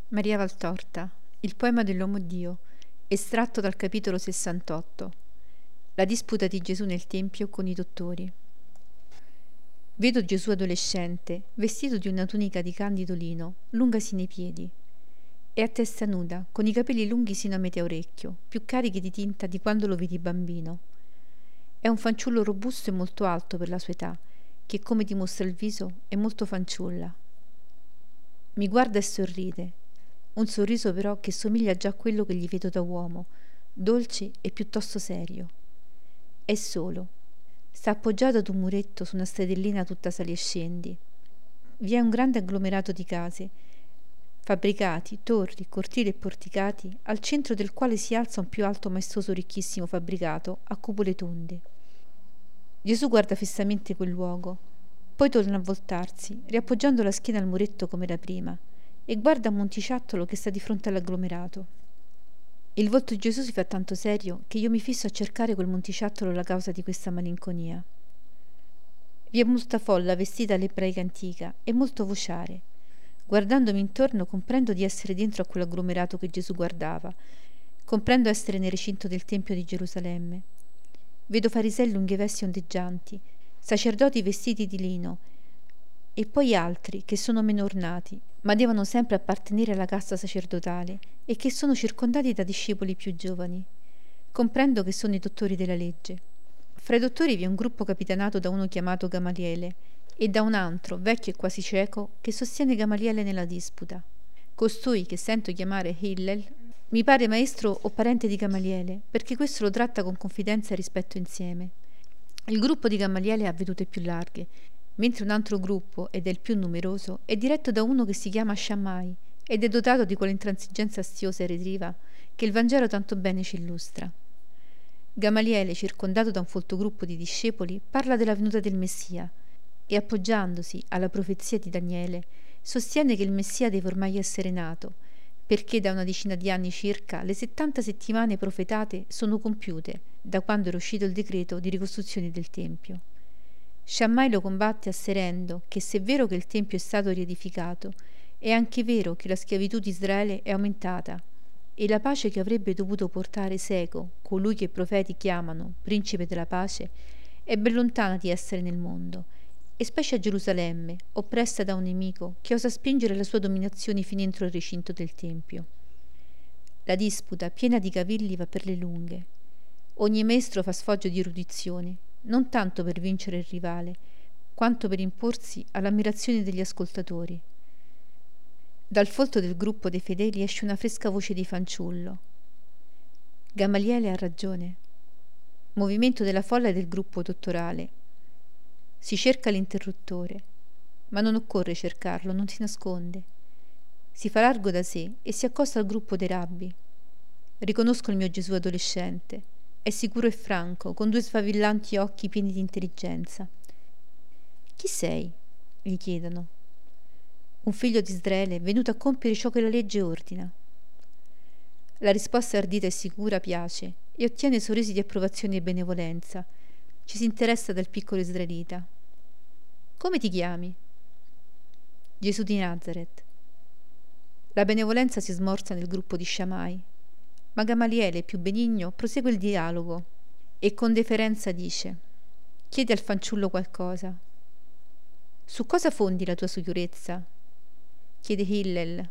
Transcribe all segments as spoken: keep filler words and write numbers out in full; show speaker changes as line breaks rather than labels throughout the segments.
Maria Valtorta, il poema dell'uomo Dio, estratto dal capitolo sessantotto. La disputa di Gesù nel Tempio con i dottori. Vedo Gesù adolescente, vestito di una tunica di candido lino, lunga sino ai piedi. È a testa nuda, con i capelli lunghi sino a metà orecchio, più carichi di tinta di quando lo vedi bambino. È un fanciullo robusto e molto alto per la sua età, che, come dimostra il viso, è molto fanciulla. Mi guarda e sorride. Un sorriso però che somiglia già a quello che gli vedo da uomo, dolce e piuttosto serio. È solo. Sta appoggiato ad un muretto su una stradellina tutta sali e scendi. Vi è un grande agglomerato di case, fabbricati, torri, cortili e porticati, al centro del quale si alza un più alto maestoso ricchissimo fabbricato a cupole tonde. Gesù guarda fissamente quel luogo, poi torna a voltarsi, riappoggiando la schiena al muretto come da prima, e guarda un monticciattolo che sta di fronte all'agglomerato. Il volto di Gesù si fa tanto serio che io mi fisso a cercare quel monticciattolo la causa di questa malinconia. Vi è molta folla vestita all'ebraica antica e molto vociare. Guardandomi intorno comprendo di essere dentro a quell'agglomerato che Gesù guardava, comprendo essere nel recinto del Tempio di Gerusalemme. Vedo farisei lunghe vesti ondeggianti, sacerdoti vestiti di lino, e poi altri che sono meno ornati, ma devono sempre appartenere alla casta sacerdotale e che sono circondati da discepoli più giovani. Comprendo che sono i dottori della legge. Fra i dottori vi è un gruppo capitanato da uno chiamato Gamaliele e da un altro, vecchio e quasi cieco, che sostiene Gamaliele nella disputa. Costui, che sento chiamare Hillel, mi pare maestro o parente di Gamaliele, perché questo lo tratta con confidenza e rispetto insieme. Il gruppo di Gamaliele ha vedute più larghe, mentre un altro gruppo, ed è il più numeroso, è diretto da uno che si chiama Shammai ed è dotato di quell'intransigenza astiosa e retriva che il Vangelo tanto bene ci illustra. Gamaliele, circondato da un folto gruppo di discepoli, parla della venuta del Messia e, appoggiandosi alla profezia di Daniele, sostiene che il Messia deve ormai essere nato, perché da una decina di anni circa le settanta settimane profetate sono compiute da quando era uscito il decreto di ricostruzione del Tempio. Shammai lo combatte asserendo che se è vero che il Tempio è stato riedificato, è anche vero che la schiavitù di Israele è aumentata e la pace che avrebbe dovuto portare Seco, colui che i profeti chiamano principe della pace, è ben lontana di essere nel mondo, e specie a Gerusalemme, oppressa da un nemico che osa spingere la sua dominazione fin entro il recinto del Tempio. La disputa, piena di cavilli, va per le lunghe. Ogni maestro fa sfoggio di erudizione, non tanto per vincere il rivale, quanto per imporsi all'ammirazione degli ascoltatori. Dal folto del gruppo dei fedeli esce una fresca voce di fanciullo. Gamaliele ha ragione. Movimento della folla e del gruppo dottorale. Si cerca l'interruttore, ma non occorre cercarlo, non si nasconde. Si fa largo da sé e si accosta al gruppo dei rabbi. Riconosco il mio Gesù adolescente. È sicuro e franco, con due sfavillanti occhi pieni di intelligenza. Chi sei? Gli chiedono. Un figlio di Israele venuto a compiere ciò che la legge ordina. La risposta ardita e sicura piace e ottiene sorrisi di approvazione e benevolenza. Ci si interessa del piccolo israelita. Come ti chiami? Gesù di Nazaret. La benevolenza si smorza nel gruppo di Shammai, ma Gamaliele, più benigno, prosegue il dialogo e con deferenza dice: chiedi al fanciullo qualcosa. Su cosa fondi la tua sicurezza? Chiede Hillel.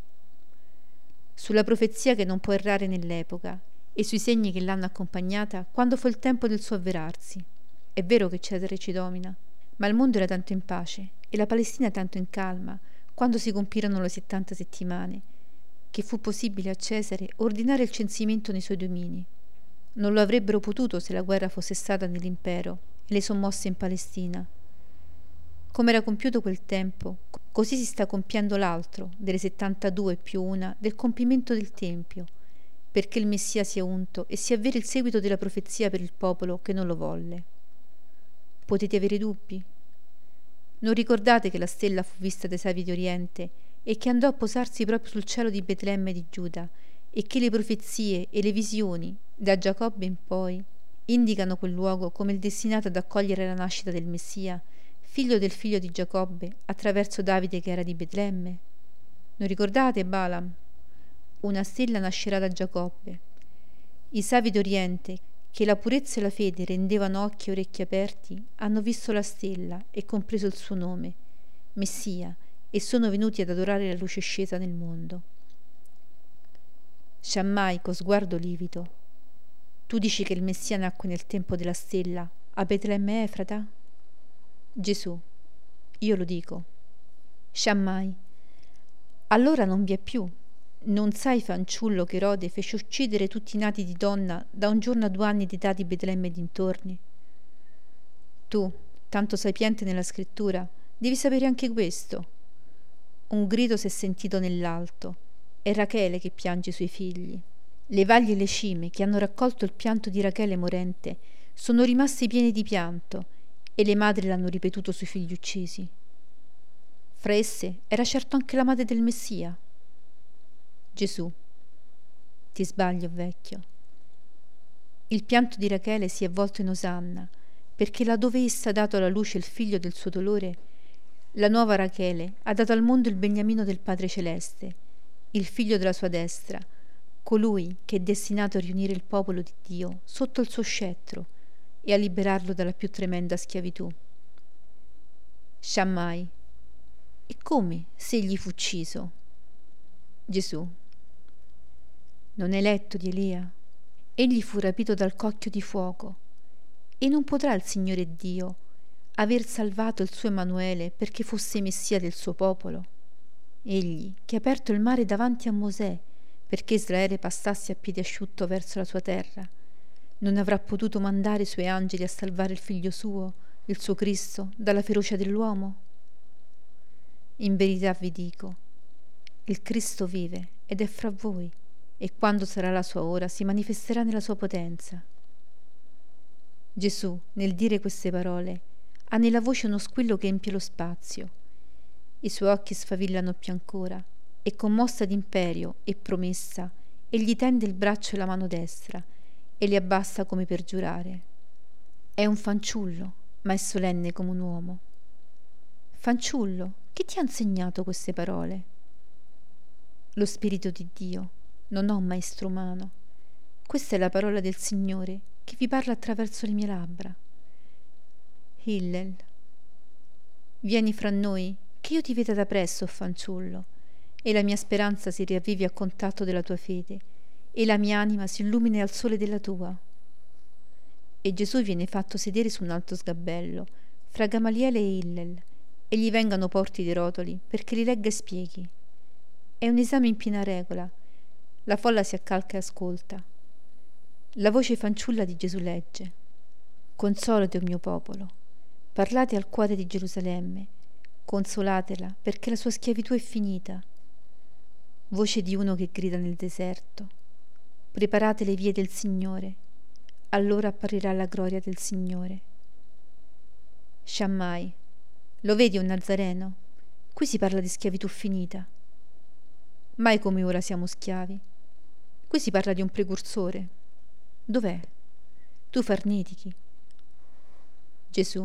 Sulla profezia che non può errare nell'epoca e sui segni che l'hanno accompagnata quando fu il tempo del suo avverarsi. È vero che Cesare ci domina, ma il mondo era tanto in pace e la Palestina tanto in calma quando si compirono le settanta settimane, che fu possibile a Cesare ordinare il censimento nei suoi domini. Non lo avrebbero potuto se la guerra fosse stata nell'impero e le sommosse in Palestina. Come era compiuto quel tempo, così si sta compiendo l'altro delle settantadue più una del compimento del Tempio, perché il Messia sia unto e sia vero il seguito della profezia per il popolo che non lo volle. Potete avere dubbi? Non ricordate che la stella fu vista dai savi di Oriente e che andò a posarsi proprio sul cielo di Betlemme di Giuda, e che le profezie e le visioni, da Giacobbe in poi, indicano quel luogo come il destinato ad accogliere la nascita del Messia, figlio del figlio di Giacobbe, attraverso Davide che era di Betlemme? Non ricordate Balaam? Una stella nascerà da Giacobbe. I savi d'Oriente, che la purezza e la fede rendevano occhi e orecchi aperti, hanno visto la stella e compreso il suo nome, Messia, e sono venuti ad adorare la luce scesa nel mondo. Shammai, con sguardo livido: tu dici che il Messia nacque nel tempo della stella, a Betlemme Efrata? Gesù: io lo dico. Shammai: allora non vi è più. Non sai, fanciullo, che Erode fece uccidere tutti i nati di donna da un giorno a due anni di età di Betlemme e dintorni? Tu, tanto sapiente nella scrittura, devi sapere anche questo. Un grido si è sentito nell'alto. È Rachele che piange i suoi figli. Le valli e le cime che hanno raccolto il pianto di Rachele morente sono rimaste piene di pianto, e le madri l'hanno ripetuto sui figli uccisi. Fra esse era certo anche la madre del Messia. Gesù: ti sbagli, o vecchio. Il pianto di Rachele si è volto in osanna, perché laddove essa ha dato alla luce il figlio del suo dolore, la nuova Rachele ha dato al mondo il beniamino del Padre Celeste, il figlio della sua destra, colui che è destinato a riunire il popolo di Dio sotto il suo scettro e a liberarlo dalla più tremenda schiavitù. Shammai: e come se egli fu ucciso? Gesù: non hai letto di Elia? Egli fu rapito dal cocchio di fuoco, e non potrà il Signore Dio aver salvato il suo Emanuele perché fosse Messia del suo popolo? Egli che ha aperto il mare davanti a Mosè perché Israele passasse a piede asciutto verso la sua terra, non avrà potuto mandare i suoi angeli a salvare il figlio suo, il suo Cristo, dalla ferocia dell'uomo? In verità vi dico, il Cristo vive ed è fra voi, e quando sarà la sua ora si manifesterà nella sua potenza. Gesù, nel dire queste parole, ha nella voce uno squillo che empie lo spazio. I suoi occhi sfavillano più ancora, e con mossa d'imperio e promessa egli tende il braccio e la mano destra e li abbassa come per giurare. È un fanciullo, ma è solenne come un uomo. Fanciullo, chi ti ha insegnato queste parole? Lo Spirito di Dio. Non ho maestro umano. Questa è la parola del Signore che vi parla attraverso le mie labbra. Hillel: vieni fra noi, che io ti veda da presso, fanciullo, e la mia speranza si riavvivi a contatto della tua fede, e la mia anima si illumini al sole della tua. E Gesù viene fatto sedere su un alto sgabello, fra Gamaliele e Hillel, e gli vengano porti dei rotoli, perché li legga e spieghi. È un esame in piena regola. La folla si accalca e ascolta. La voce fanciulla di Gesù legge: consolate, o mio popolo, parlate al cuore di Gerusalemme, consolatela perché la sua schiavitù è finita. Voce di uno che grida nel deserto: preparate le vie del Signore, allora apparirà la gloria del Signore. Shammai: lo vedi un Nazareno? Qui si parla di schiavitù finita. Mai come ora siamo schiavi. Qui si parla di un precursore. Dov'è? Tu farnetichi. Gesù: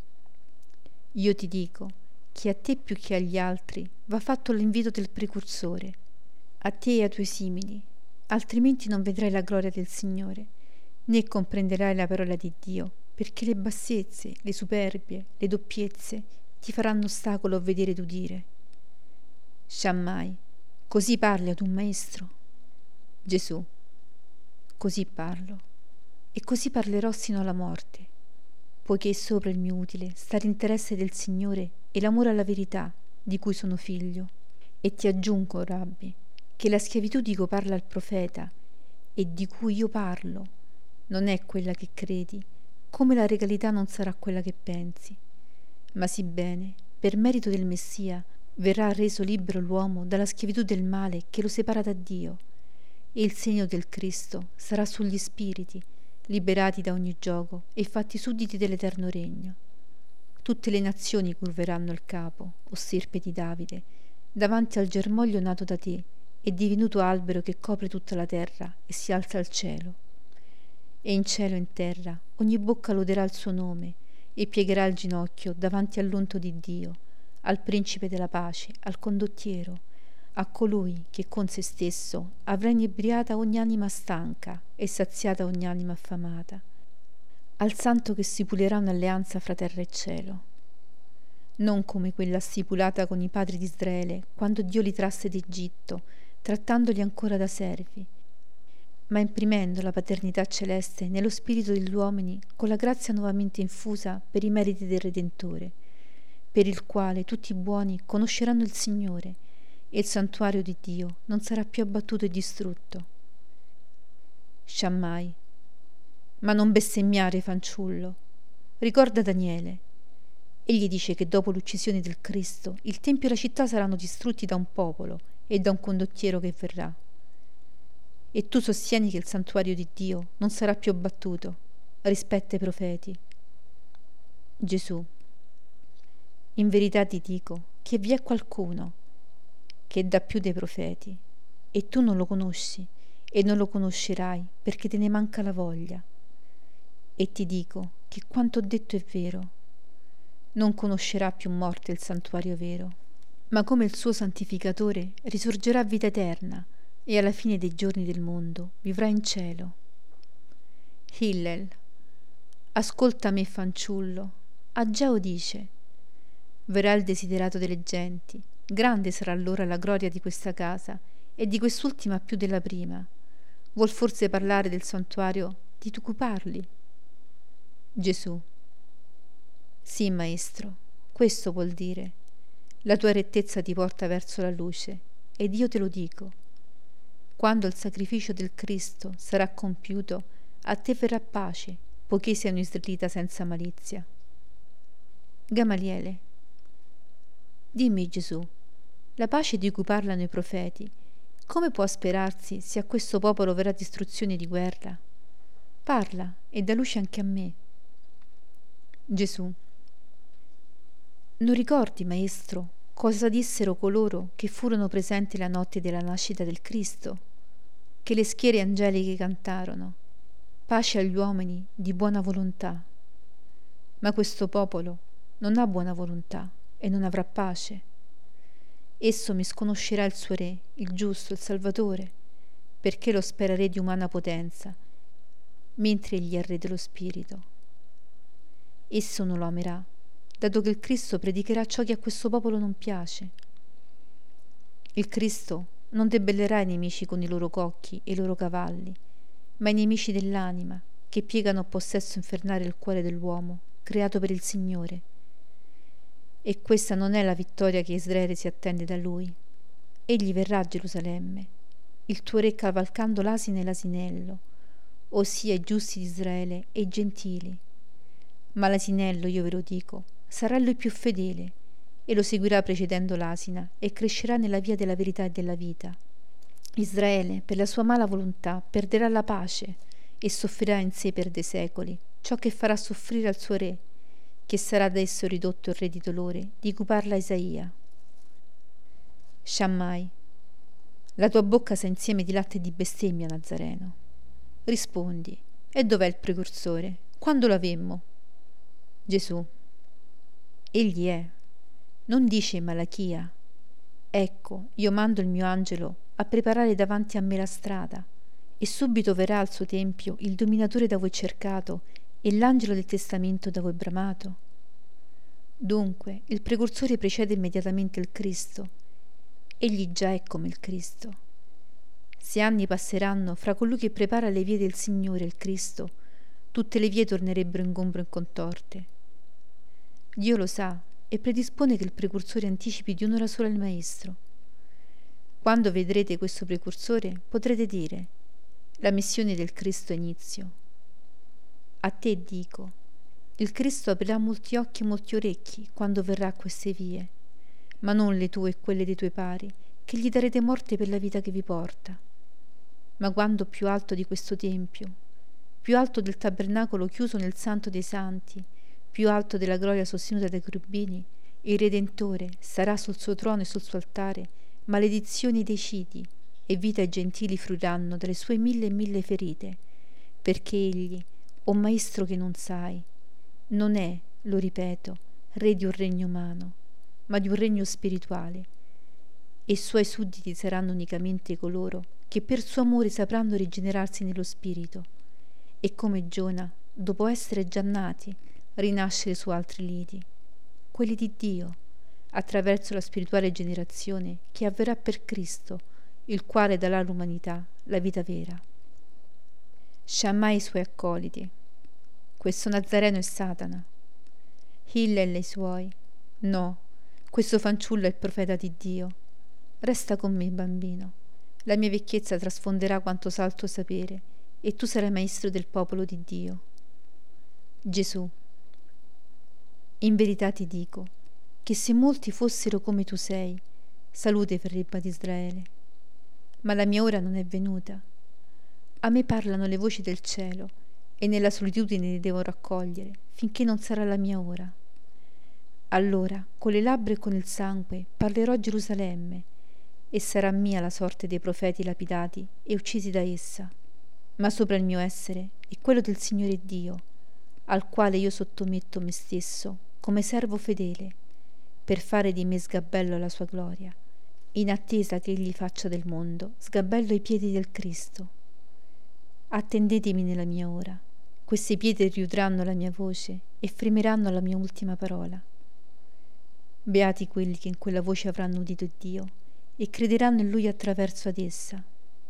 io ti dico che a te più che agli altri va fatto l'invito del precursore, a te e ai tuoi simili, altrimenti non vedrai la gloria del Signore, né comprenderai la parola di Dio, perché le bassezze, le superbie, le doppiezze ti faranno ostacolo a vedere ed udire. Shammai: così parli ad un maestro? Gesù: così parlo, e così parlerò sino alla morte, poiché è sopra il mio utile sta l'interesse del Signore e l'amore alla verità, di cui sono figlio. E ti aggiungo, Rabbi, che la schiavitù di cui parla il profeta e di cui io parlo non è quella che credi, come la regalità non sarà quella che pensi, ma sì bene, per merito del Messia, verrà reso libero l'uomo dalla schiavitù del male che lo separa da Dio, e il segno del Cristo sarà sugli spiriti, liberati da ogni giogo e fatti sudditi dell'eterno regno. Tutte le nazioni curveranno il capo, o stirpe di Davide, davanti al germoglio nato da te e divenuto albero che copre tutta la terra e si alza al cielo. E in cielo e in terra ogni bocca loderà il suo nome e piegherà il ginocchio davanti all'unto di Dio, al principe della pace, al condottiero, a colui che con se stesso avrà inebriata ogni anima stanca e saziata ogni anima affamata, al santo che stipulerà un'alleanza fra terra e cielo, non come quella stipulata con i padri di Israele quando Dio li trasse d'Egitto, trattandoli ancora da servi, ma imprimendo la paternità celeste nello spirito degli uomini con la grazia nuovamente infusa per i meriti del Redentore, per il quale tutti i buoni conosceranno il Signore e il santuario di Dio non sarà più abbattuto e distrutto. Sciammai, ma non bestemmiare, fanciullo. Ricorda Daniele. Egli dice che dopo l'uccisione del Cristo il Tempio e la città saranno distrutti da un popolo e da un condottiero che verrà. E tu sostieni che il santuario di Dio non sarà più abbattuto. Rispetta i profeti. Gesù. In verità ti dico che vi è qualcuno che dà più dei profeti, e tu non lo conosci e non lo conoscerai perché te ne manca la voglia. E ti dico che quanto ho detto è vero. Non conoscerà più morte il santuario vero, ma come il suo santificatore risorgerà a vita eterna e alla fine dei giorni del mondo vivrà in cielo. Hillel, ascolta me, fanciullo. Ageo dice: verrà il desiderato delle genti, grande sarà allora la gloria di questa casa e di quest'ultima più della prima. Vuol forse parlare del santuario di cui parli? Gesù. Sì, maestro, questo vuol dire. La tua rettezza ti porta verso la luce, ed io te lo dico. Quando il sacrificio del Cristo sarà compiuto, a te verrà pace, poiché sei un israelita senza malizia. Gamaliele. Dimmi, Gesù, la pace di cui parlano i profeti, come può sperarsi se a questo popolo verrà distruzione di guerra? Parla e dà luce anche a me. Gesù. Non ricordi, maestro, cosa dissero coloro che furono presenti la notte della nascita del Cristo? Che le schiere angeliche cantarono: pace agli uomini di buona volontà. Ma questo popolo non ha buona volontà e non avrà pace. Esso misconoscerà il suo Re, il giusto, il Salvatore, perché lo spera Re di umana potenza, mentre egli è Re dello Spirito. Esso non lo amerà, dato che il Cristo predicherà ciò che a questo popolo non piace. Il Cristo non debellerà i nemici con i loro cocchi e i loro cavalli, ma i nemici dell'anima, che piegano a possesso infernale il cuore dell'uomo, creato per il Signore. E questa non è la vittoria che Israele si attende da lui. Egli verrà a Gerusalemme, il tuo Re cavalcando l'asina e l'asinello, ossia i giusti di Israele e i gentili. Ma l'asinello, io ve lo dico, sarà lui più fedele, e lo seguirà precedendo l'asina, e crescerà nella via della verità e della vita. Israele, per la sua mala volontà, perderà la pace e soffrirà in sé per dei secoli ciò che farà soffrire al suo Re, che sarà da esso ridotto il Re di dolore, di cui parla Isaia. Sciammai, la tua bocca sa insieme di latte e di bestemmia, Nazareno. Rispondi, e dov'è il precursore? Quando l'avemmo? Gesù. Egli è. Non dice in Malachia: ecco, io mando il mio angelo a preparare davanti a me la strada, e subito verrà al suo tempio il dominatore da voi cercato e l'angelo del testamento da voi bramato? Dunque, il precursore precede immediatamente il Cristo. Egli già è come il Cristo. Se anni passeranno fra colui che prepara le vie del Signore, il Cristo, tutte le vie tornerebbero ingombro in contorte. Dio lo sa e predispone che il precursore anticipi di un'ora sola il Maestro. Quando vedrete questo precursore, potrete dire: la missione del Cristo ha inizio. A te dico, il Cristo aprirà molti occhi e molti orecchi quando verrà a queste vie, ma non le tue e quelle dei tuoi pari, che gli darete morte per la vita che vi porta. Ma quando più alto di questo tempio, più alto del tabernacolo chiuso nel santo dei santi, più alto della gloria sostenuta dai cherubini, il Redentore sarà sul suo trono e sul suo altare, maledizioni dei citi, e vita ai gentili fruiranno delle sue mille e mille ferite, perché egli, o maestro che non sai, non è, lo ripeto, re di un regno umano, ma di un regno spirituale. e suoi sudditi saranno unicamente coloro che per suo amore sapranno rigenerarsi nello spirito e come Giona, dopo essere già nati, rinascere su altri lidi, quelli di Dio, attraverso la spirituale generazione che avverrà per Cristo, il quale darà all'umanità la vita vera. Sciammai i suoi accoliti. Questo Nazareno è Satana. Hillel e i suoi. No, questo fanciullo è il profeta di Dio. Resta con me, bambino. La mia vecchiezza trasfonderà quanto sa il tuo sapere e tu sarai maestro del popolo di Dio. Gesù. In verità ti dico che se molti fossero come tu sei, salute verrebbe ad Israele. Ma la mia ora non è venuta. A me parlano le voci del cielo e nella solitudine li devo raccogliere finché non sarà la mia ora. Allora, con le labbra e con il sangue, parlerò a Gerusalemme e sarà mia la sorte dei profeti lapidati e uccisi da essa. Ma sopra il mio essere è quello del Signore Dio, al quale io sottometto me stesso come servo fedele, per fare di me sgabello alla sua gloria, in attesa che egli faccia del mondo sgabello ai piedi del Cristo. Attendetemi nella mia ora. Queste pietre riudranno la mia voce e fremeranno la mia ultima parola. Beati quelli che in quella voce avranno udito Dio e crederanno in Lui attraverso ad essa.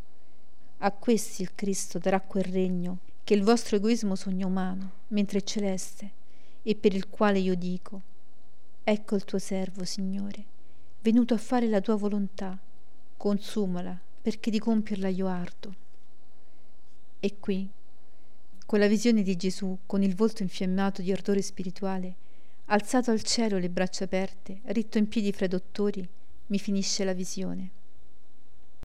A questi il Cristo darà quel regno che il vostro egoismo sogna umano, mentre è celeste, e per il quale io dico: ecco il tuo servo, Signore, venuto a fare la tua volontà, consumala, perché di compierla io ardo. E qui, con la visione di Gesù, con il volto infiammato di ardore spirituale, alzato al cielo, le braccia aperte, ritto in piedi fra i dottori, mi finisce la visione.